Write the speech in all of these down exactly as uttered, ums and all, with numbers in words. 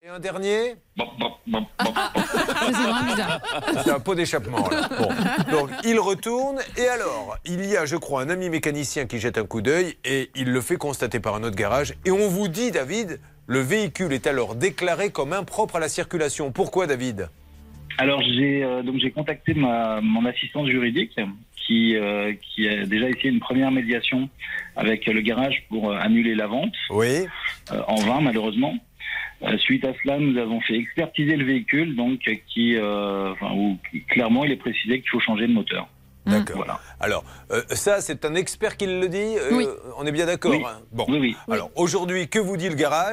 Et un dernier. Bon, bon, bon, bon. C'est vraiment bizarre. C'est un pot d'échappement. Là. Bon. Donc il retourne et alors il y a, je crois, un ami mécanicien qui jette un coup d'œil et il le fait constater par un autre garage. Et on vous dit, David, le véhicule est alors déclaré comme impropre à la circulation. Pourquoi, David ? Alors j'ai euh, donc j'ai contacté ma mon assistante juridique qui euh, qui a déjà essayé une première médiation avec le garage pour euh, annuler la vente. Oui. Euh, en vain malheureusement. Euh, suite à cela, nous avons fait expertiser le véhicule, donc qui, euh, enfin, où clairement il est précisé qu'il faut changer de moteur. D'accord. Voilà. Alors, euh, ça, c'est un expert qui le dit. Euh, Oui. On est bien d'accord. Oui. Hein. Bon. Oui, oui. Alors, aujourd'hui, que vous dit le garage ?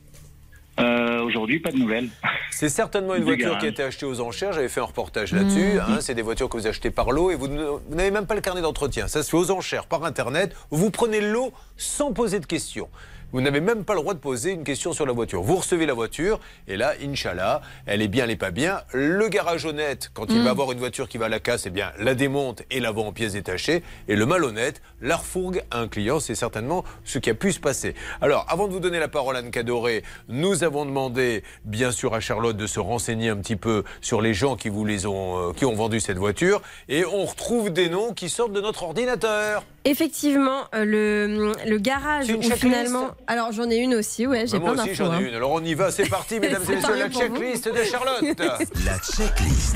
Euh, Aujourd'hui, pas de nouvelles. C'est certainement une Du voiture garage. qui a été achetée aux enchères. J'avais fait un reportage là-dessus. Mmh. Hein. C'est des voitures que vous achetez par lot et vous, ne- vous n'avez même pas le carnet d'entretien. Ça se fait aux enchères par Internet. Vous prenez le lot sans poser de questions. Vous n'avez même pas le droit de poser une question sur la voiture. Vous recevez la voiture et là, Inch'Allah, elle est bien, elle n'est pas bien. Le garage honnête, quand il Mm. va avoir une voiture qui va à la casse, eh bien, la démonte et la vend en pièces détachées. Et le malhonnête la refourgue à un client. C'est certainement ce qui a pu se passer. Alors, avant de vous donner la parole, Anne Cadoré, nous avons demandé, bien sûr, à Charlotte de se renseigner un petit peu sur les gens qui vous les ont, euh, qui ont vendu cette voiture. Et on retrouve des noms qui sortent de notre ordinateur. Effectivement, euh, le, le garage C'est une où checklist finalement... Alors j'en ai une aussi, ouais, j'ai Moi plein aussi, d'infos. j'en ai hein. une. Alors, on y va. C'est parti, mesdames et C'est messieurs, la pareil pour vous. checklist de Charlotte. La checklist.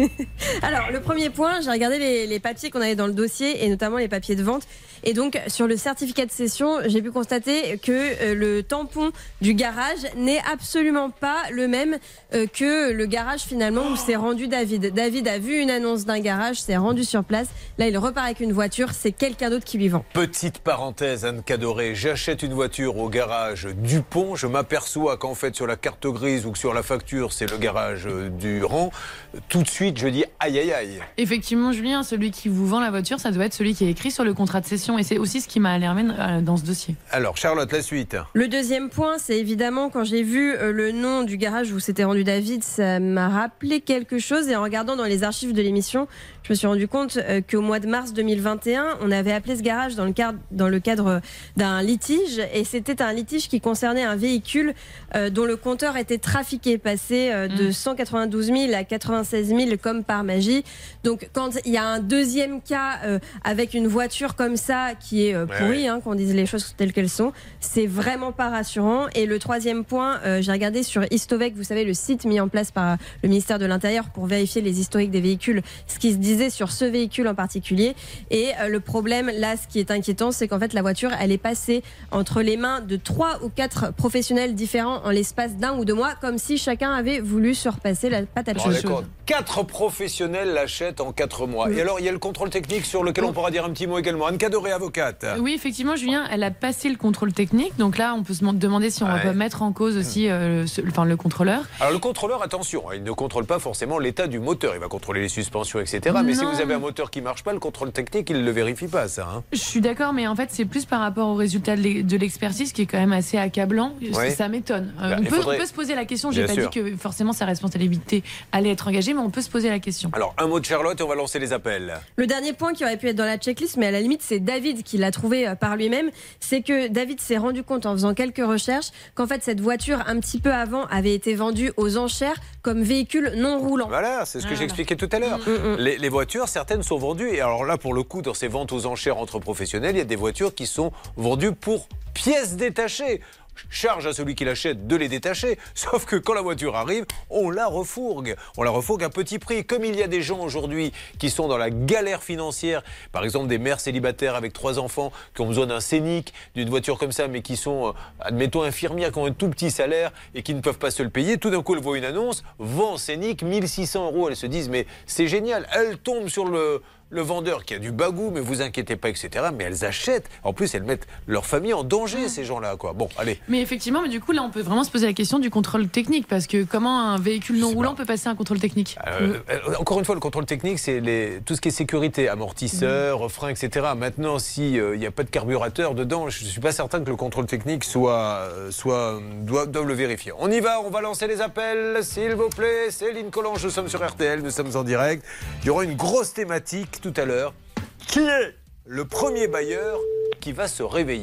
Alors le premier point, j'ai regardé les, les papiers qu'on avait dans le dossier et notamment les papiers de vente. Et donc sur le certificat de cession, j'ai pu constater que euh, le tampon du garage n'est absolument pas le même euh, que le garage finalement où s'est rendu David. David a vu une annonce d'un garage, s'est rendu sur place. Là, il repart avec une voiture, c'est quelqu'un d'autre qui lui vend. Petite parenthèse, Anne Cadoré, j'achète une voiture au garage Dupont, je m'aperçois qu'en fait sur la carte grise ou que sur la facture c'est le garage euh, du rang, tout de suite je dis aïe aïe aïe. Effectivement, Julien, celui qui vous vend la voiture, ça doit être celui qui est écrit sur le contrat de cession. Et c'est aussi ce qui m'a alarmé euh, dans ce dossier. Alors Charlotte, la suite. Le deuxième point, c'est évidemment quand j'ai vu euh, le nom du garage où s'était rendu David, ça m'a rappelé quelque chose. Et en regardant dans les archives de l'émission, je me suis rendu compte euh, qu'au mois de mars deux mille vingt et un, on avait appelé ce garage dans le cadre, dans le cadre d'un litige. Et c'était un litige qui concernait un véhicule euh, dont le compteur était trafiqué, passé euh, de Mm. cent quatre-vingt-douze mille à quatre-vingt-seize mille comme par magie. Donc quand il y a un deuxième cas euh, avec une voiture comme ça qui est euh, Ouais, pourrie, ouais. hein, qu'on dise les choses telles qu'elles sont, c'est vraiment pas rassurant. Et le troisième point, euh, j'ai regardé sur Histovec, vous savez, le site mis en place par le ministère de l'Intérieur pour vérifier les historiques des véhicules, ce qui se disait sur ce véhicule en particulier. Et euh, le problème, là, ce qui est inquiétant, c'est qu'en fait, la voiture, elle est passée entre les mains de trois ou quatre professionnels différents en l'espace d'un ou deux mois, comme si chacun avait voulu surpasser la pâte à Vous vous rendez papier. compte, quatre professionnels l'achètent en quatre mois. Et alors il y a le contrôle technique sur lequel on pourra dire un petit mot également. Anne Cadoré, avocate. Oui, effectivement, Julien, elle a passé le contrôle technique. Donc là, on peut se demander si on Ouais. peut mettre en cause aussi euh, ce- enfin, le contrôleur. Alors le contrôleur, attention, il ne contrôle pas forcément l'état du moteur. Il va contrôler les suspensions, et cetera. Mais si Non. vous avez un moteur qui ne marche pas, le contrôle technique, il ne le vérifie pas, ça. Hein. Je suis d'accord, mais en fait, c'est plus par rapport au résultat de l'e- de l'expertise qui est quand même assez accablant. Oui. Ça m'étonne. Euh, Bah, on, il peut, faudrait- on peut se poser la question. J'ai Bien pas sûr. dit que forcément sa responsabilité allait être engagée, mais on peut se poser la question. Alors un mot de Charlotte et on va lancer les appels. Le dernier point qui aurait pu être dans la checklist, mais à la limite c'est David qui l'a trouvé euh, par lui-même, c'est que David s'est rendu compte en faisant quelques recherches qu'en fait cette voiture un petit peu avant avait été vendue aux enchères comme véhicule non roulant. Voilà, c'est ce que Voilà. j'expliquais tout à l'heure. Mm, mm. Les, les voitures, certaines sont vendues. Et alors là, pour le coup, dans ces ventes aux enchères entre professionnels, il y a des voitures qui sont vendues pour pièces détachées. Charge à celui qui l'achète de les détacher. Sauf que quand la voiture arrive, on la refourgue. On la refourgue à petit prix. Comme il y a des gens aujourd'hui qui sont dans la galère financière, par exemple des mères célibataires avec trois enfants qui ont besoin d'un Scénic, d'une voiture comme ça, mais qui sont, euh, admettons, infirmières, qui ont un tout petit salaire et qui ne peuvent pas se le payer. Tout d'un coup, elles voient une annonce, vend Scénic, mille six cents euros. Elles se disent, mais c'est génial. Elles tombent sur le... le vendeur qui a du bagou, mais vous inquiétez pas, et cetera. Mais elles achètent. En plus, elles mettent leur famille en danger, ces gens-là, quoi. Bon, allez. Mais effectivement, mais du coup, là, on peut vraiment se poser la question du contrôle technique, parce que comment un véhicule non C'est roulant pas- peut passer un contrôle technique? Euh, euh, encore une fois, le contrôle technique, c'est les, tout ce qui est sécurité, amortisseurs, freins, et cetera. Maintenant, s'il n'y a pas de carburateur dedans, je ne suis pas certain que le contrôle technique soit, euh, soit, doit, doit le vérifier. On y va, on va lancer les appels, s'il vous plaît. Céline Collange, nous sommes sur R T L, nous sommes en direct. Il y aura une grosse thématique tout à l'heure. Qui est le premier bailleur qui va se réveiller?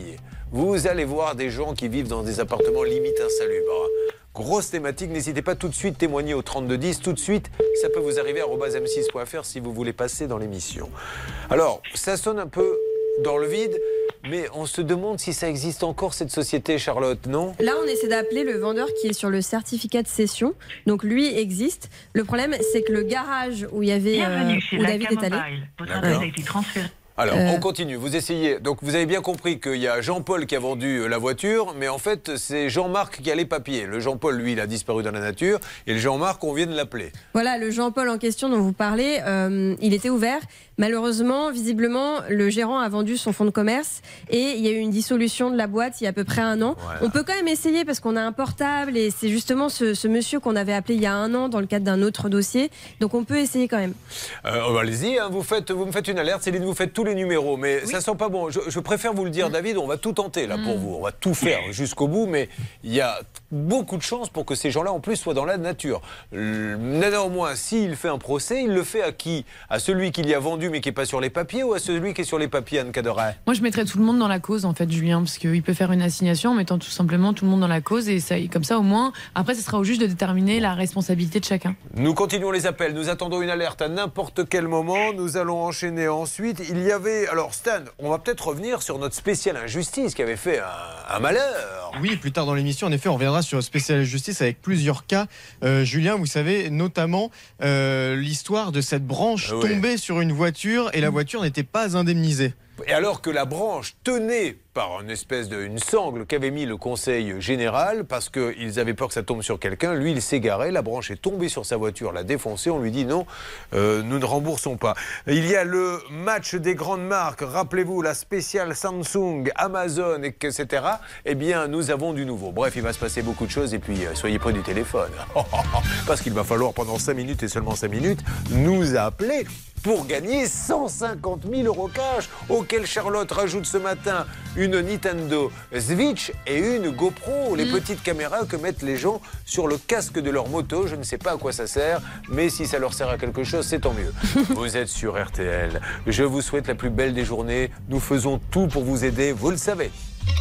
vous allez voir des gens qui vivent dans des appartements limite insalubres. Grosse thématique, n'hésitez pas tout de suite à témoigner au trente-deux dix. Tout de suite, ça peut vous arriver à arobase m six point f r si vous voulez passer dans l'émission. Alors, ça sonne un peu dans le vide, mais on se demande si ça existe encore cette société, Charlotte, non? Là, on essaie d'appeler le vendeur qui est sur le certificat de cession. Donc lui existe. Le problème, c'est que le garage où il y avait euh, où David est allé. Votre appel a été transféré. Alors, Euh... on continue. Vous essayez. Donc, vous avez bien compris qu'il y a Jean-Paul qui a vendu la voiture, mais en fait, c'est Jean-Marc qui a les papiers. Le Jean-Paul, lui, il a disparu dans la nature, et le Jean-Marc, on vient de l'appeler. Voilà, le Jean-Paul en question dont vous parlez, euh, il était ouvert. Malheureusement, visiblement, le gérant a vendu son fonds de commerce et il y a eu une dissolution de la boîte il y a à peu près un an. Voilà. On peut quand même essayer parce qu'on a un portable et c'est justement ce, ce monsieur qu'on avait appelé il y a un an dans le cadre d'un autre dossier. Donc on peut essayer quand même. Euh, allez-y, hein, vous, faites, vous me faites une alerte, Céline, vous faites tous les numéros, mais oui. Ça sent pas bon. Je, je préfère vous le dire, David, on va tout tenter là mmh. pour vous. On va tout faire jusqu'au bout, mais il y a beaucoup de chances pour que ces gens-là, en plus, soient dans la nature. Néanmoins, s'il fait un procès, il le fait à qui? À celui qui l'y a vendu mais qui n'est pas sur les papiers, ou à celui qui est sur les papiers, Anne Cadoré? Moi, je mettrais tout le monde dans la cause, en fait, Julien, parce qu'il peut faire une assignation en mettant tout simplement tout le monde dans la cause, et ça, comme ça, au moins, après, ce sera au juge de déterminer la responsabilité de chacun. Nous continuons les appels, nous attendons une alerte à n'importe quel moment, nous allons enchaîner ensuite. Il y avait, alors Stan, on va peut-être revenir sur notre spécial injustice qui avait fait un, un malheur. Oui, plus tard dans l'émission, en effet, on reviendra sur spécial injustice avec plusieurs cas. Euh, Julien, vous savez, notamment euh, l'histoire de cette branche oui. tombée sur une voiture et la voiture n'était pas indemnisée. Et alors que la branche tenait par une espèce de une sangle qu'avait mis le conseil général, parce qu'ils avaient peur que ça tombe sur quelqu'un, lui il s'est égaré, la branche est tombée sur sa voiture, l'a défoncée, on lui dit non, euh, nous ne remboursons pas. Il y a le match des grandes marques, rappelez-vous la spéciale Samsung, Amazon, et cetera. Eh bien nous avons du nouveau. Bref, il va se passer beaucoup de choses et puis euh, soyez près du téléphone. Parce qu'il va falloir pendant cinq minutes et seulement cinq minutes nous appeler pour gagner cent cinquante mille euros cash, auquel Charlotte rajoute ce matin une Nintendo Switch et une GoPro, les mmh. petites caméras que mettent les gens sur le casque de leur moto. Je ne sais pas à quoi ça sert, mais si ça leur sert à quelque chose, c'est tant mieux. Vous êtes sur R T L. Je vous souhaite la plus belle des journées. Nous faisons tout pour vous aider, vous le savez.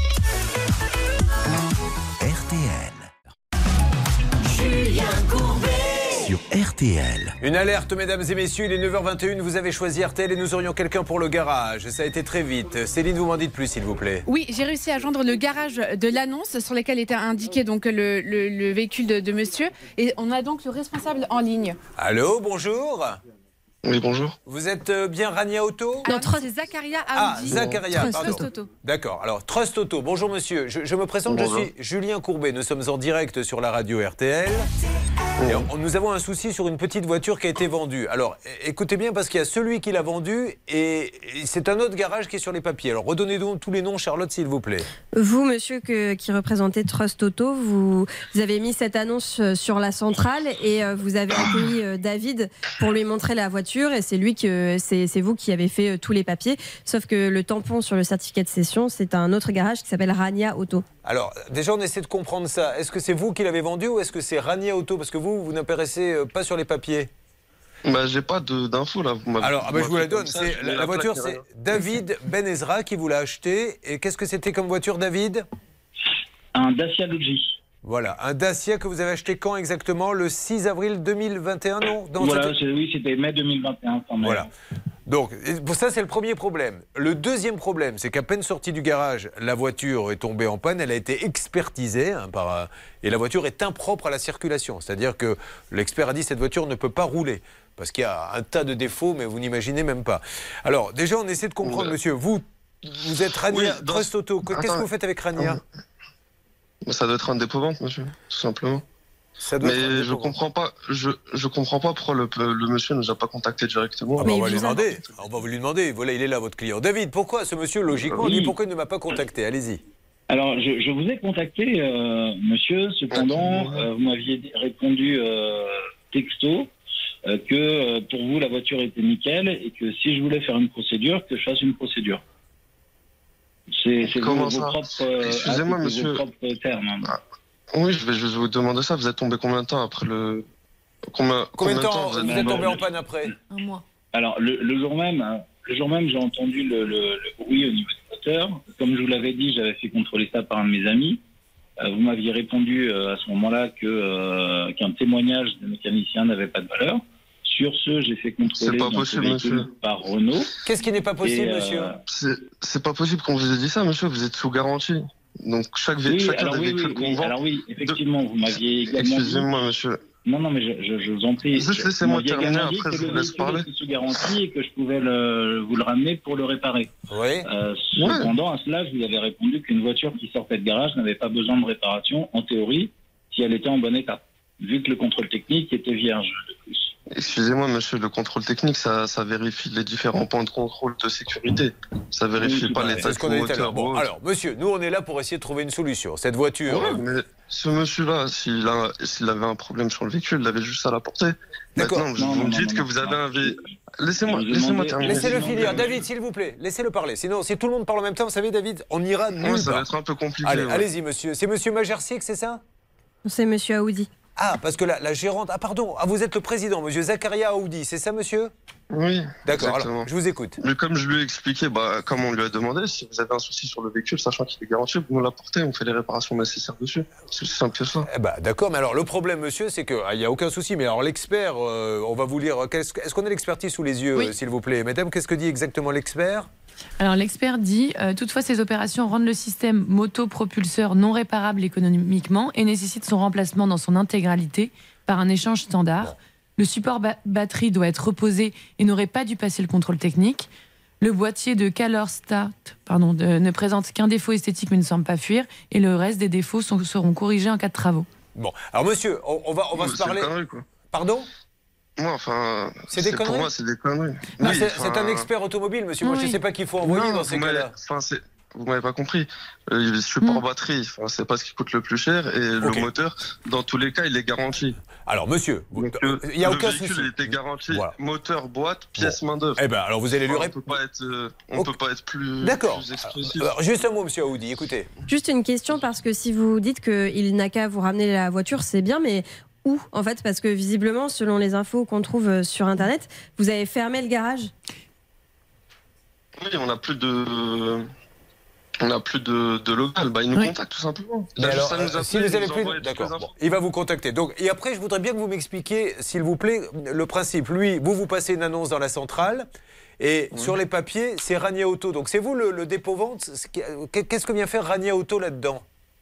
R T L. Julien Courbet. Sur R T L. Une alerte, mesdames et messieurs, il est neuf heures vingt et une, vous avez choisi R T L et nous aurions quelqu'un pour le garage. Ça a été très vite. Céline, vous m'en dites plus, s'il vous plaît. Oui, j'ai réussi à joindre le garage de l'annonce sur lequel était indiqué donc le, le, le véhicule de, de monsieur. Et on a donc le responsable en ligne. Allô, bonjour. Oui, bonjour. Vous êtes bien Rania Auto? Non, c'est Zacharia Audi. Ah, Zacharia, Trust pardon. Auto. D'accord, alors Trust Auto. Bonjour monsieur, je, je me présente, bonjour. Je suis Julien Courbet. Nous sommes en direct sur la radio R T L. Et on, nous avons un souci sur une petite voiture qui a été vendue. Alors, écoutez bien parce qu'il y a celui qui l'a vendue et c'est un autre garage qui est sur les papiers. Alors, redonnez-nous tous les noms, Charlotte, s'il vous plaît. Vous, monsieur, que, qui représentez Trust Auto, vous, vous avez mis cette annonce sur la centrale et vous avez accueilli David pour lui montrer la voiture et c'est lui que c'est, c'est vous qui avez fait tous les papiers. Sauf que le tampon sur le certificat de cession, c'est un autre garage qui s'appelle Rania Auto. Alors, déjà, on essaie de comprendre ça. Est-ce que c'est vous qui l'avez vendu ou est-ce que c'est Rania Auto? Parce que vous, vous n'apparaissez pas sur les papiers. Bah, j'ai pas de, d'infos là. Vous Alors, ah bah, je vous la donne. Ça, c'est, la, la voiture, c'est rien. David Ben Ezra qui vous l'a acheté. Et qu'est-ce que c'était comme voiture, David? Un Dacia Logi. Voilà, un Dacia que vous avez acheté quand exactement? Le six avril deux mille vingt et un, non? Dans Voilà, cette... c'est, oui, c'était mai deux mille vingt et un. Quand même. Voilà. Donc, pour ça, c'est le premier problème. Le deuxième problème, c'est qu'à peine sortie du garage, la voiture est tombée en panne, elle a été expertisée, hein, par, et la voiture est impropre à la circulation. C'est-à-dire que l'expert a dit que cette voiture ne peut pas rouler, parce qu'il y a un tas de défauts, mais vous n'imaginez même pas. Alors, déjà, on essaie de comprendre, ouais. monsieur, vous, vous êtes Rania, oui, dans... Trust Auto, qu'est-ce Attends, que vous faites avec Rania? Ça doit être un dépôt-vente, monsieur, tout simplement. Ça doit mais je comprends pas, je, je comprends pas pourquoi le, le monsieur ne nous a pas contacté directement. Ah bah on va lui demander. On va vous lui demander. Voilà, il est là, votre client. David, pourquoi ce monsieur, logiquement, oui. dit pourquoi il ne m'a pas contacté? Allez-y. Alors, je, je vous ai contacté, euh, monsieur. Cependant, euh, vous m'aviez répondu euh, texto euh, que euh, pour vous, la voiture était nickel et que si je voulais faire une procédure, que je fasse une procédure. C'est, c'est Comment vos, ça vos propres, euh, Excusez-moi, monsieur. Vos propres termes. Hein. Ah. Oui, je vais, je vais vous demander ça. Vous êtes tombé combien de temps après le... Combien, combien de temps vous êtes, vous êtes tombé en panne après? Un mois. Alors, le, le jour même, le jour même, j'ai entendu le, le, le bruit au niveau de moteur. Comme je vous l'avais dit, j'avais fait contrôler ça par un de mes amis. Euh, vous m'aviez répondu euh, à ce moment-là que, euh, qu'un témoignage de mécanicien n'avait pas de valeur. Sur ce, j'ai fait contrôler pas possible, monsieur. par Renault. Qu'est-ce qui n'est pas possible, Et, euh, monsieur C'est, c'est pas possible qu'on vous ait dit ça, monsieur. Vous êtes sous garantie. Donc chaque, vé- Oui, chacun alors des oui, véhicules oui, qu'on oui, vend. alors oui, effectivement, vous m'aviez également dit... Excusez-moi, monsieur. Non, non, mais je, je, je vous en prie. Juste Je- laissez-moi vous m'aviez terminer, également dit après que je le vous laisse véhicule parler. était sous garantie et que je pouvais le, vous le ramener pour le réparer. Oui. Euh, cependant, à cela, je vous avais répondu qu'une voiture qui sortait de garage n'avait pas besoin de réparation, en théorie, si elle était en bon état, vu que le contrôle technique était vierge de plus. Excusez-moi, monsieur, le contrôle technique, ça, ça vérifie les différents points de contrôle de sécurité. Ça vérifie Oui, pas tout à l'état C'est du ce qu'on a dit tout à l'heure. moteur. Bon, ou autre. alors, monsieur, nous, on est là pour essayer de trouver une solution. Cette voiture. Ouais, euh, mais ce monsieur-là, s'il, a, s'il avait un problème sur le véhicule, il avait juste à l'apporter. D'accord. Maintenant, vous, Non, vous non, me non, dites non, que non, vous avez non. un véhicule. Laissez-moi, Je laissez-moi demandais- terminer. Laissez-le Non, finir. non, David, non. s'il vous plaît, laissez-le parler. Sinon, si tout le monde parle en même temps, vous savez, David, on ira nulle Ouais, ça va part. être un peu compliqué. Allez, ouais. allez-y, monsieur. C'est monsieur Majersic, c'est ça? C'est monsieur Aoudi. Ah, parce que la, la gérante... Ah, pardon. Ah, vous êtes le président, monsieur Zakaria Aoudi. C'est ça, monsieur? Oui, D'accord, exactement. alors, je vous écoute. Mais comme je lui ai expliqué, bah, comme on lui a demandé, si vous avez un souci sur le véhicule, sachant qu'il est garanti, vous nous l'apportez, on fait les réparations nécessaires dessus. C'est aussi simple que ça. Eh ben, d'accord, mais alors le problème, monsieur, c'est qu'il n'y a aucun souci. Mais alors l'expert, euh, on va vous lire. Qu'est-ce que- Est-ce qu'on a l'expertise sous les yeux, Oui. euh, s'il vous plaît? Madame, qu'est-ce que dit exactement l'expert? Alors l'expert dit euh, toutefois ces opérations rendent le système moto-propulseur non réparable économiquement et nécessitent son remplacement dans son intégralité par un échange standard. Le support ba- batterie doit être reposé et n'aurait pas dû passer le contrôle technique. Le boîtier de Calor Start pardon, de- ne présente qu'un défaut esthétique mais ne semble pas fuir et le reste des défauts sont- seront corrigés en cas de travaux. Bon, alors monsieur, on, on va, on va Mais se c'est parler. des conneries, quoi. Pardon? Moi, enfin, C'est des pour conneries moi, c'est des conneries. Non, Oui, c'est enfin, c'est un expert automobile, monsieur. Moi, je Oui. ne sais pas qu'il faut envoyer non, dans ces vous m'avez- cas-là. Enfin, c'est- vous m'avez pas compris. Euh, le support Mm. batterie, enfin, c'est pas ce qui coûte le plus cher, et Ok. le moteur, dans tous les cas, il est garanti. Alors, monsieur, vous- Donc, euh, il n'y a le aucun véhicule, souci. il était garanti, Voilà. moteur, boîte, pièce, main d'œuvre. Eh ben, alors vous allez lui on répondre. peut pas être, euh, on Ok. peut pas être plus, D'accord. plus exclusif. Alors, juste un mot, monsieur Aoudi, écoutez. Juste une question, parce que si vous dites qu'il n'a qu'à vous ramener la voiture, c'est bien, mais où en fait? Parce que visiblement, selon les infos qu'on trouve sur Internet, vous avez fermé le garage. Oui, on n'a plus de. On n'a plus de, de local. Bah, il nous Oui. contacte tout simplement. Il Mais a juste alors, à nous euh, appeler, si vous avez nous plus, envoyer toutes d'accord. les infos. Bon, il va vous contacter. Donc, et après, je voudrais bien que vous m'expliquiez, s'il vous plaît, le principe. Lui, vous vous passez une annonce dans la centrale, et Oui. sur les papiers, c'est Rania Auto. Donc, c'est vous le, le dépôt-vente. Qu'est-ce que vient faire Rania Auto là-dedans?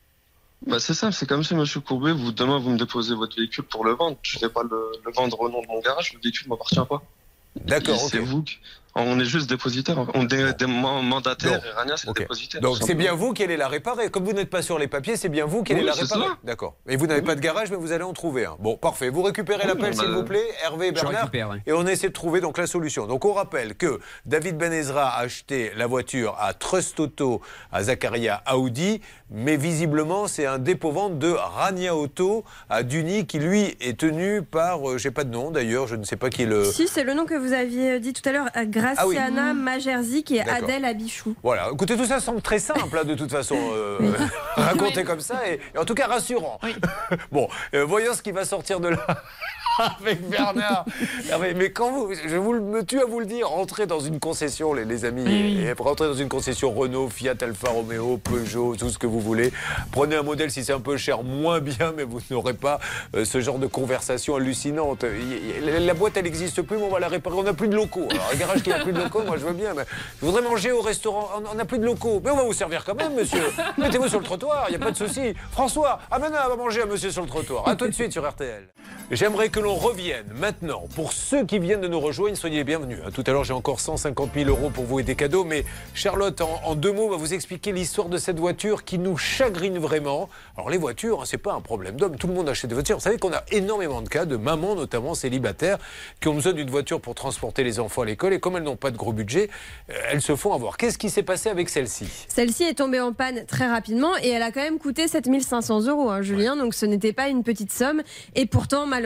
Bah, c'est simple, c'est comme si Monsieur Courbet, vous demain vous me déposez votre véhicule pour le vendre. Je ne vais pas le, le vendre au nom de mon garage. Le véhicule ne m'appartient pas. D'accord. Et C'est ok. vous. qui- On est juste dépositaire. On est des man- mandataires Bon. et Rania c'est Ok. dépositaire. Donc, tout c'est bien simplement. vous qui allez la réparer. Comme vous n'êtes pas sur les papiers, c'est bien vous qui allez Oui, la c'est réparer. ça. D'accord. Et vous n'avez pas de garage, mais vous allez en trouver un. Bon, parfait. Vous récupérez Oui, l'appel, bah, s'il vous plaît, Hervé et Je Bernard. récupère, ouais. Et on essaie de trouver donc la solution. Donc on rappelle que David Ben Ezra a acheté la voiture à Trust Auto, à Zakaria Aoudi, mais visiblement c'est un dépôt-vente de Rania Auto à Duny qui lui est tenu par, euh, j'ai pas de nom d'ailleurs, je ne sais pas qui est le... Si, c'est le nom que vous aviez dit tout à l'heure, Graciana Majerzik et D'accord. Adèle Abichou. Voilà, écoutez, tout ça semble très simple hein, de toute façon, euh, Oui. raconté Oui. comme ça, et, et en tout cas rassurant. Oui. Bon, euh, voyons ce qui va sortir de là. Avec Bernard. Hervé, mais quand vous, je vous, le- me tue à vous le dire, rentrez dans une concession, les, les amis, Oui. et rentrez dans une concession Renault, Fiat, Alfa Romeo, Peugeot, tout ce que vous voulez. Prenez un modèle si c'est un peu cher, moins bien, mais vous n'aurez pas euh, ce genre de conversation hallucinante. Il- il- La boîte, elle n'existe plus, mais on va la réparer. On n'a plus de locaux. Alors, un garage qui n'a plus de locaux, moi je veux bien, mais je voudrais manger au restaurant. On n'a plus de locaux. Mais on va vous servir quand même, monsieur. Mettez-vous sur le trottoir, il n'y a pas de souci. François, amène un à manger à monsieur sur le trottoir. À tout de suite sur R T L. J'aimerais que l'on revienne maintenant. Pour ceux qui viennent de nous rejoindre, soyez les bienvenus. Tout à l'heure, j'ai encore cent cinquante mille euros pour vous et des cadeaux. Mais Charlotte, en, en deux mots, va vous expliquer l'histoire de cette voiture qui nous chagrine vraiment. Alors les voitures, hein, c'est pas un problème d'homme. Tout le monde achète des voitures. Vous savez qu'on a énormément de cas de mamans, notamment célibataires, qui ont besoin d'une voiture pour transporter les enfants à l'école. Et comme elles n'ont pas de gros budget, euh, elles se font avoir. Qu'est-ce qui s'est passé avec celle-ci? Celle-ci est tombée en panne très rapidement et elle a quand même coûté sept mille cinq cents euros, hein, Julien. Donc ce n'était pas une petite somme. Et pourtant, malheureusement,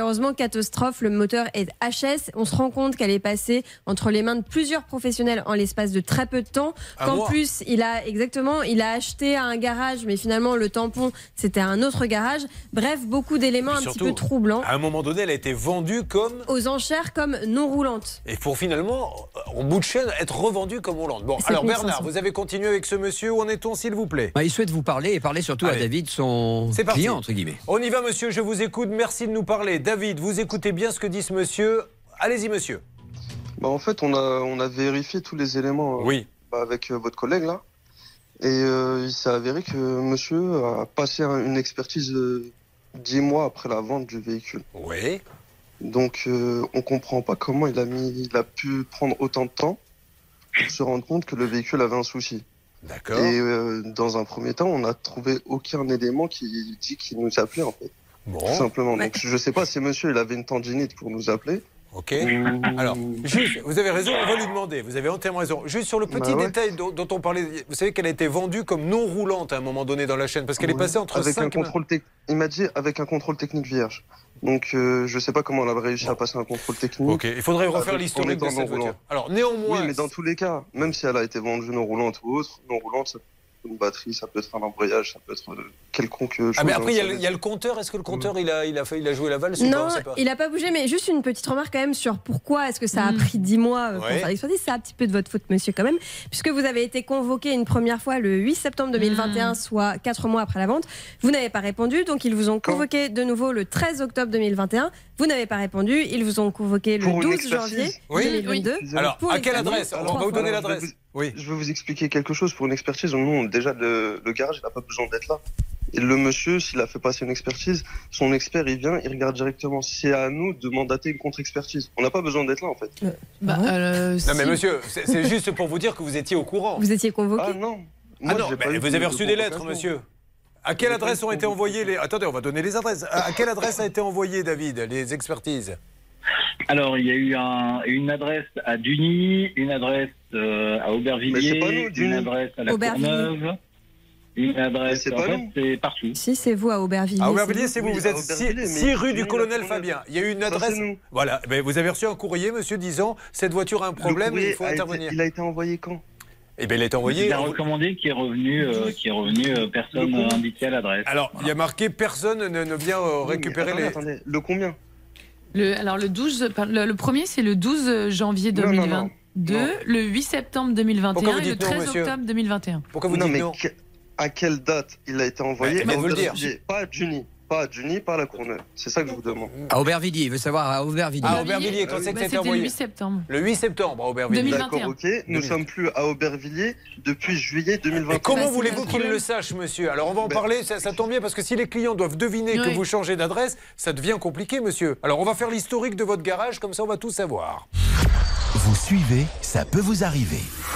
catastrophe. Le moteur est H S. On se rend compte qu'elle est passée entre les mains de plusieurs professionnels en l'espace de très peu de temps. Qu'en plus, il a exactement, il a acheté à un garage, mais finalement le tampon c'était un autre garage. Bref, beaucoup d'éléments un surtout, petit peu troublants. À un moment donné, elle a été vendue comme aux enchères comme non roulante. Et pour finalement, en bout de chaîne, être revendue comme roulante. Bon, alors Bernard, vous avez continué avec ce monsieur. Où en est-on, s'il vous plaît? bah, Il souhaite vous parler et parler surtout Allez. à David, son client entre guillemets. On y va, monsieur. Je vous écoute. Merci de nous parler. David, vous écoutez bien ce que dit ce monsieur. Allez-y, monsieur. Bah, en fait, on a on a vérifié tous les éléments. Oui. Bah, avec euh, votre collègue là. Et euh, il s'est avéré que monsieur a passé une expertise euh, dix mois après la vente du véhicule. Oui. Donc euh, on comprend pas comment il a mis, il a pu prendre autant de temps pour se rendre compte que le véhicule avait un souci. D'accord. Et euh, dans un premier temps, on n'a trouvé aucun élément qui dit qu'il nous appelait en fait. Bon. Tout simplement. Ouais. Donc je sais pas si monsieur il avait une tendinite pour nous appeler. Ok. Alors, juste, vous avez raison, on va lui demander. Vous avez entièrement raison. Juste sur le petit bah ouais. détail dont, dont on parlait, vous savez qu'elle a été vendue comme non roulante à un moment donné dans la chaîne, parce qu'elle ouais. est passée entre avec cinq un contrôle te... Il m'a dit avec un contrôle technique vierge. Donc euh, je sais pas comment elle a réussi bon. à passer un contrôle technique. Ok, il faudrait refaire l'historique de cette voiture. Alors néanmoins... Oui, mais dans tous les cas, même si elle a été vendue non roulante ou autre, non roulante, ça... une batterie, ça peut être un embrayage, ça peut être quelconque chose. Ah mais après, il y, y a le compteur. Est-ce que le compteur, mmh. il, a, il, a fait, il a joué la valse? Non, pas, pas. il n'a pas bougé, mais juste une petite remarque quand même sur pourquoi est-ce que ça a mmh. pris dix mois pour ouais. faire l'expertise. C'est un petit peu de votre faute, monsieur, quand même, puisque vous avez été convoqué une première fois le huit septembre deux mille vingt et un, mmh. soit quatre mois après la vente. Vous n'avez pas répondu, donc ils vous ont convoqué Quand de nouveau le treize octobre deux mille vingt et un. Vous n'avez pas répondu, ils vous ont convoqué le pour douze janvier oui. deux mille vingt-deux. Oui. Alors, pour à quelle adresse? On va vous donner l'adresse. Oui. Je vais vous expliquer quelque chose pour une expertise. Nous, déjà, le, le garage, il n'a pas besoin d'être là. Et le monsieur, s'il a fait passer une expertise, son expert, il vient, il regarde directement. C'est à nous de mandater une contre-expertise. On n'a pas besoin d'être là, en fait. Euh, bah, euh, non, si. mais monsieur, c'est juste pour vous dire que vous étiez au courant. Vous étiez convoqué? Ah non. Moi, ah non, bah, vous avez reçu des lettres, monsieur. À quelle adresse ont été envoyées les... Attendez, on va donner les adresses. À quelle adresse a été envoyé, David, les expertises? Alors, il y a eu un, une adresse à Duny, une adresse euh, à Aubervilliers, nous, une adresse à La Courneuve, une adresse... C'est en pas fait, nous. c'est partout. Si, c'est vous à Aubervilliers. À Aubervilliers, c'est vous. Oui, vous êtes six rue du Colonel Fabien. Il y a eu une adresse... Ça, nous. Voilà. Ben, vous avez reçu un courrier, monsieur, disant cette voiture a un problème, il faut intervenir. Été, il a été envoyé quand? Eh bien, il est envoyé. Il a recommandé qui est revenu, euh, qui est revenu euh, personne euh, indiquée à l'adresse. Alors, voilà. Il y a marqué personne ne, ne vient euh, récupérer oui, attendez, les. Attendez, le combien? Le, alors le douze, le, le premier c'est le douze janvier deux mille vingt-deux, non, non, non. Le huit septembre deux mille vingt et un et le treize non, octobre deux mille vingt et un. Pourquoi vous non, dites mais non à quelle date il a été envoyé? Mais, mais vous le dire. Pas à Juni. Pas à Juni, pas à La Courneuve. C'est ça que je vous demande. À Aubervilliers, il veut savoir à Aubervilliers. À Aubervilliers, quand c'est que c'était envoyé? Le huit septembre. Le huit septembre à Aubervilliers. deux mille vingt et un. D'accord, ok. Nous ne sommes plus à Aubervilliers depuis juillet deux mille vingt et un. Et comment bah, voulez-vous qu'il le sache, monsieur? Alors on va en ben... parler, ça, ça tombe bien, parce que si les clients doivent deviner oui. que vous changez d'adresse, ça devient compliqué, monsieur. Alors on va faire l'historique de votre garage, comme ça on va tout savoir. Vous suivez, ça peut vous arriver.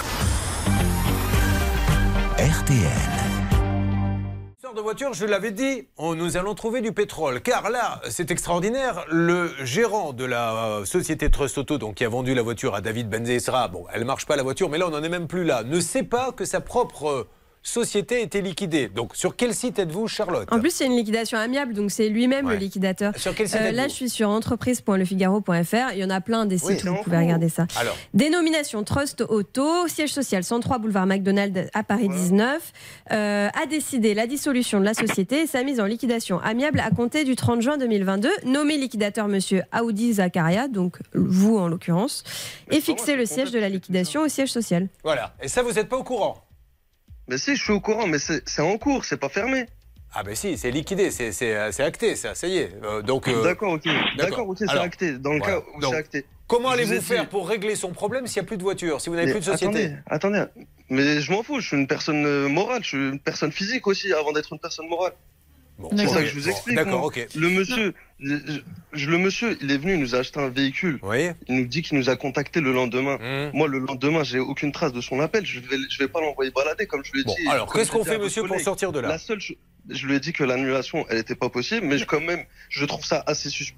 R T L. De voiture, je l'avais dit, on, nous allons trouver du pétrole. Car là, c'est extraordinaire, le gérant de la société Trust Auto, donc qui a vendu la voiture à David Benzesra, bon, elle marche pas la voiture, mais là on n'en est même plus là, ne sait pas que sa propre société était liquidée. Donc sur quel site êtes-vous, Charlotte? En plus, c'est une liquidation amiable, donc c'est lui-même ouais. le liquidateur. Sur quel site euh, Là, je suis sur entreprise point le figaro point F R. Il y en a plein des sites oui, où vous pouvez regarder ça. Alors. Dénomination Trust Auto, siège social cent trois boulevard McDonald à Paris ouais. dix-neuf, euh, a décidé la dissolution de la société et sa mise en liquidation amiable à compter du trente juin deux mille vingt-deux. Nommé liquidateur monsieur Audi Zakaria, donc vous en l'occurrence, et fixé le siège de la liquidation au siège social. Voilà. Et ça, vous n'êtes pas au courant? Mais si, je suis au courant, mais c'est en cours, c'est pas fermé. Ah ben si, c'est liquidé, c'est acté, ça, ça y est. Euh, donc euh... D'accord, ok, d'accord, ok, c'est acté. Dans le voilà. cas où c'est acté. Comment allez-vous faire dit... pour régler son problème s'il n'y a plus de voiture, si vous n'avez plus de société? Attendez, attendez, mais je m'en fous, je suis une personne morale, je suis une personne physique aussi, avant d'être une personne morale. Bon, c'est ça que je vous explique. Bon, d'accord, ok. Le monsieur, je, je, le monsieur, il est venu, il nous a acheté un véhicule. Oui. Il nous dit qu'il nous a contacté le lendemain. Mmh. Moi, le lendemain, j'ai aucune trace de son appel. Je vais, je vais pas l'envoyer balader, comme je lui ai bon, dit. Alors, qu'est-ce qu'on fait, monsieur, pour sortir de là? La seule, je lui ai dit que l'annulation, elle n'était pas possible, mais je, quand même, je trouve ça assez suspect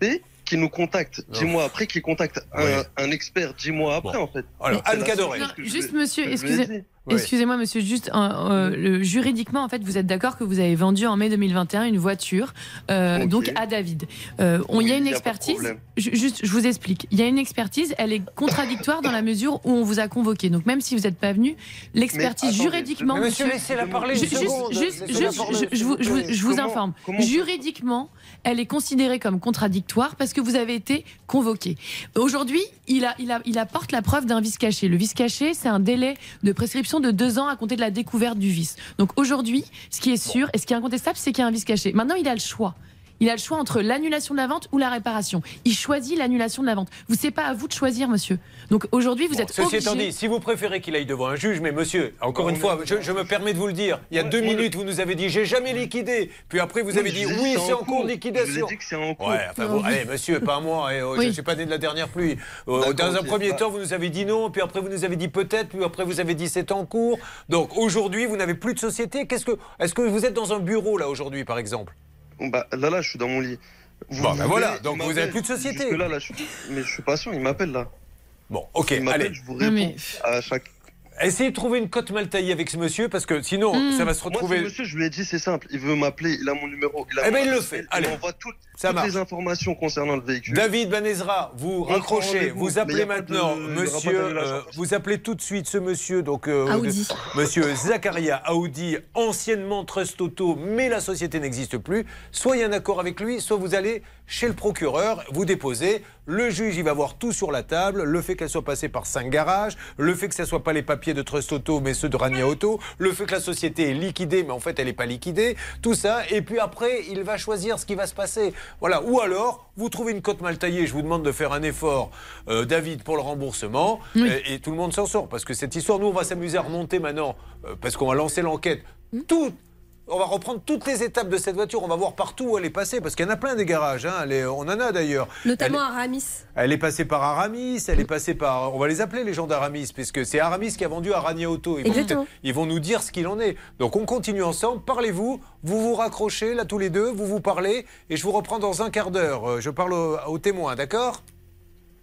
qui nous contacte dix mois après, qui contacte un, oui. un expert dix mois après, bon. en fait. Alors, Anne Cadoré. Juste, monsieur, excusez, excusez-moi, monsieur, juste euh, euh, le, juridiquement, en fait, vous êtes d'accord que vous avez vendu en mai deux mille vingt et un une voiture, euh, okay. donc à David. Euh, on, il y a une expertise. Juste, je vous explique. Il y a une expertise. Elle est contradictoire dans la mesure où on vous a convoqué. Donc même si vous n'êtes pas venu, l'expertise attendez, juridiquement, mais monsieur, laissez-la parler. Juste, juste, juste, je vous, je vous, je vous comment, informe. Comment juridiquement, elle est considérée comme contradictoire parce que vous avez été convoqué. Aujourd'hui, il, a, il, a, il apporte la preuve d'un vice caché. Le vice caché, c'est un délai de prescription de deux ans à compter de la découverte du vice. Donc aujourd'hui, ce qui est sûr et ce qui est incontestable, c'est qu'il y a un vice caché. Maintenant, il a le choix. Il a le choix entre l'annulation de la vente ou la réparation. Il choisit l'annulation de la vente. Vous, c'est pas à vous de choisir, monsieur. Donc aujourd'hui, vous bon, êtes ceci obligé... étant dit, si vous préférez qu'il aille devant un juge, mais monsieur, encore bon, une fois, je, je me permets de vous le dire, il y a ouais, deux ouais, minutes, vous nous avez dit j'ai jamais liquidé. Puis après, vous avez dit oui, c'est en cours de liquidation. Je vous ai dit que c'est en cours. Ouais, enfin, vous, allez, monsieur, pas moi. Et, oui. Je ne suis pas né de la dernière pluie. Euh, dans un premier pas... temps, vous nous avez dit non. Puis après, vous nous avez dit peut-être. Puis après, vous avez dit c'est en cours. Donc aujourd'hui, vous n'avez plus de société. Qu'est-ce que, est-ce que vous êtes dans un bureau là aujourd'hui, par exemple? Bah là, là, je suis dans mon lit. Vous bon, ben voilà, donc vous n'avez plus de société. Là, là, je... Mais je suis patient, il m'appelle là. Bon, ok, allez. Je vous réponds mais... à chaque... Essayez de trouver une cote mal taillée avec ce monsieur, parce que sinon, mmh. ça va se retrouver... Moi, ce monsieur, je lui ai dit, c'est simple, il veut m'appeler, il a mon numéro. Il a eh bien, il le fait, allez. Il m'envoie toutes, toutes les informations concernant le véhicule. David Banezra, vous raccrochez, vous appelez maintenant de, monsieur... Euh, vous appelez tout de suite ce monsieur, donc... Euh, Audi. De, monsieur Zakaria Aoudi, anciennement Trust Auto, mais la société n'existe plus. Soit il y a un accord avec lui, soit vous allez chez le procureur, vous déposez... Le juge, il va voir tout sur la table, le fait qu'elle soit passée par cinq garages, le fait que ce ne soit pas les papiers de Trust Auto, mais ceux de Rania Auto, le fait que la société est liquidée, mais en fait, elle n'est pas liquidée, tout ça. Et puis après, il va choisir ce qui va se passer. Voilà. Ou alors, vous trouvez une cote mal taillée, je vous demande de faire un effort, euh, David, pour le remboursement, oui. et, et tout le monde s'en sort. Parce que cette histoire, nous, on va s'amuser à remonter maintenant, euh, parce qu'on va lancer l'enquête. Mmh. Tout. On va reprendre toutes les étapes de cette voiture. On va voir partout où elle est passée, parce qu'il y en a plein des garages. Hein. Elle est, on en a d'ailleurs. Notamment elle est, Aramis. Elle est passée par Aramis. Elle est passée par. On va les appeler les gens d'Aramis, puisque c'est Aramis qui a vendu à Rania Auto. Ils vont, ils vont nous dire ce qu'il en est. Donc on continue ensemble. Parlez-vous. Vous vous raccrochez là tous les deux. Vous vous parlez. Et je vous reprends dans un quart d'heure. Je parle aux, aux témoins, d'accord ? D'accord ?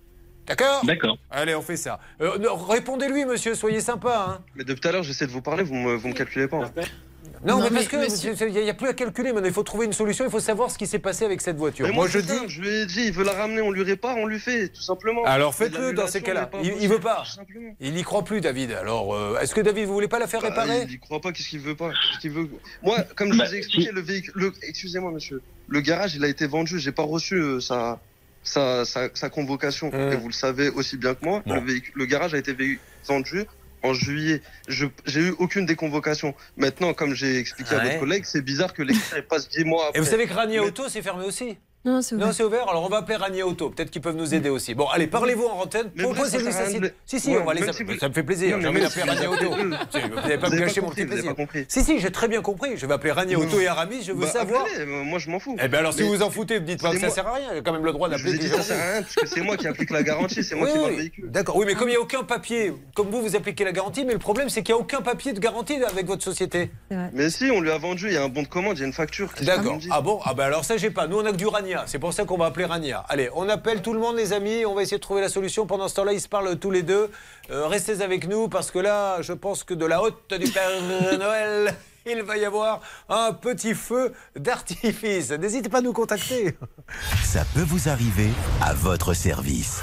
D'accord. Allez, on fait ça. Euh, répondez-lui, monsieur. Soyez sympa. Hein. Mais depuis tout à l'heure, j'essaie de vous parler. Vous me, vous me calculez pas. Hein. Non, non, mais parce qu'il n'y a, a plus à calculer, maintenant il faut trouver une solution, il faut savoir ce qui s'est passé avec cette voiture. Mais moi, moi je dis... ça, je lui ai dit, il veut la ramener, on lui répare, on lui fait, tout simplement. Alors faites-le dans ces cas-là. Il, il veut pas. Il n'y croit plus, David. Alors, euh, est-ce que David, vous voulez pas la faire bah, réparer? Il n'y croit pas, qu'est-ce qu'il veut pas qu'est-ce qu'il veut Moi, comme je bah, vous ai expliqué, si. le véhicule... Le... Excusez-moi, monsieur. Le garage, il a été vendu, j'ai pas reçu euh, sa... Sa, sa, sa convocation. Mmh. Et vous le savez aussi bien que moi, bon. le, véhicule, le garage a été vendu en juillet. Je j'ai eu aucune déconvocation. Maintenant, comme j'ai expliqué ouais. à votre collègue, c'est bizarre que l'extrait passe dix mois après. Et vous savez que Rania Mais... Auto, c'est fermé aussi? Non, c'est ouvert. Non, c'est ouvert. Alors, on va appeler Rania Auto. Peut-être qu'ils peuvent nous aider aussi. Bon, allez, parlez-vous en antenne. Proposez-lui ça. Si, si, ouais, on va les appeler. Si vous... Ça me fait plaisir. J'ai envie d'appeler Rania Auto. Vous n'allez pas me gâcher mon petit plaisir. Si, si, j'ai très bien compris. Je vais appeler Rania Auto et Aramis. Je veux bah, savoir. Appelez, moi, je m'en fous. Eh bien, alors, si vous vous en foutez, dites pas que ça sert à rien. J'ai quand même le droit d'appeler. Ça sert à rien, parce que c'est moi qui applique la garantie. C'est moi qui vends le véhicule. D'accord. Oui, mais comme il n'y a aucun papier, comme vous, vous appliquez la garantie, mais le problème, c'est qu'il n'y a aucun papier de garantie avec votre société. Mais si, on lui a vendu. Il y a un bon de commande, il y a une facture. D'accord. Ah bon? Ah ben alors ça, j'ai pas. Nous, on a que du Rania. C'est pour ça qu'on va appeler Rania. Allez, on appelle tout le monde, les amis. On va essayer de trouver la solution. Pendant ce temps-là, ils se parlent tous les deux. Euh, restez avec nous parce que là, je pense que de la haute du Père Noël, il va y avoir un petit feu d'artifice. N'hésitez pas à nous contacter. Ça peut vous arriver à votre service.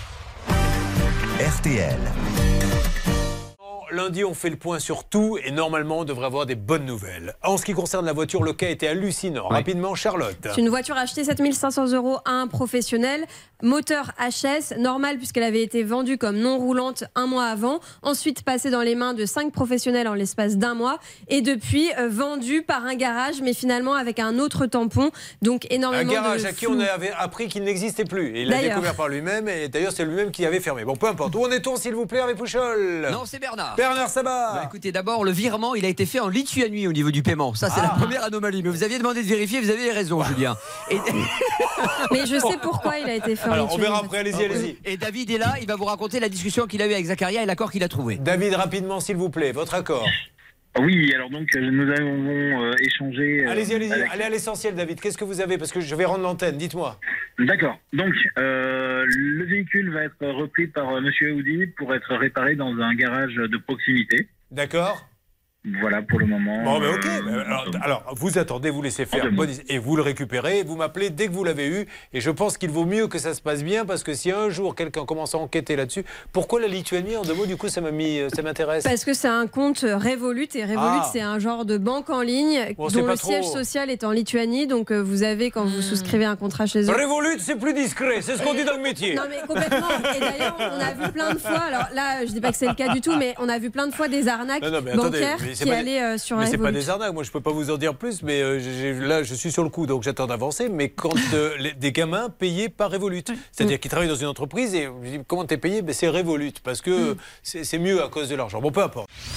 R T L. Lundi, on fait le point sur tout et normalement, on devrait avoir des bonnes nouvelles. En ce qui concerne la voiture, le cas était hallucinant. Oui. Rapidement, Charlotte. C'est une voiture achetée sept mille cinq cents euros à un professionnel. Moteur H S, normal puisqu'elle avait été vendue comme non roulante un mois avant. Ensuite, passée dans les mains de cinq professionnels en l'espace d'un mois. Et depuis, euh, vendue par un garage, mais finalement avec un autre tampon. Donc énormément de Un garage de à qui on avait appris qu'il n'existait plus. Et il l'a découvert par lui-même. Et d'ailleurs, c'est lui-même qui avait fermé. Bon, peu importe. Où en est-on, s'il vous plaît, Hervé Pouchol? Non, c'est Bernard. Bernard Sabat. Bah, écoutez, d'abord, le virement, il a été fait en Lituanie au niveau du paiement. Ça, c'est ah. la première anomalie. Mais vous aviez demandé de vérifier, vous avez raison, Julien. Et... Mais je sais pourquoi il a été fait en Alors, Lituanie. on verra après, allez-y, allez-y. Et David est là, il va vous raconter la discussion qu'il a eue avec Zakaria et l'accord qu'il a trouvé. David, rapidement, s'il vous plaît, votre accord. Oui, alors donc nous avons euh, échangé... Euh, allez-y, allez-y, avec... allez à l'essentiel, David. Qu'est-ce que vous avez? Parce que je vais rendre l'antenne, dites-moi. D'accord. Donc, euh, le véhicule va être repris par euh, Monsieur Aoudi pour être réparé dans un garage de proximité. D'accord. Voilà pour le moment. Bon, mais ok. Euh, Mais alors, alors, vous attendez, vous laissez faire. Bonne- et vous le récupérez, vous m'appelez dès que vous l'avez eu. Et je pense qu'il vaut mieux que ça se passe bien, parce que si un jour quelqu'un commence à enquêter là-dessus, pourquoi la Lituanie, en deux mots, du coup, ça m'a mis, ça m'intéresse. Parce que c'est un compte Revolut et Revolut Ah. c'est un genre de banque en ligne Bon, c'est dont pas le trop. siège social est en Lituanie. Donc euh, vous avez, quand vous souscrivez un contrat chez eux. Revolut, c'est plus discret, c'est ce qu'on dit dans le métier. Non mais complètement. Et d'ailleurs, on a vu plein de fois. Alors là, je dis pas que c'est le cas du tout, mais on a vu plein de fois des arnaques Non, non, mais attendez, bancaires mais c'est qui pas des- allaient euh, sur Mais c'est pas Revolut. des arnaques, moi je peux pas vous en dire plus, mais euh, j'ai- là je suis sur le coup, donc j'attends d'avancer. Mais quand euh, les- des gamins payés par Revolut, c'est-à-dire qu'ils travaillent dans une entreprise et je dis, comment t'es payé? Ben, c'est Revolut, parce que c'est c'est mieux à cause de l'argent. Bon, peu importe.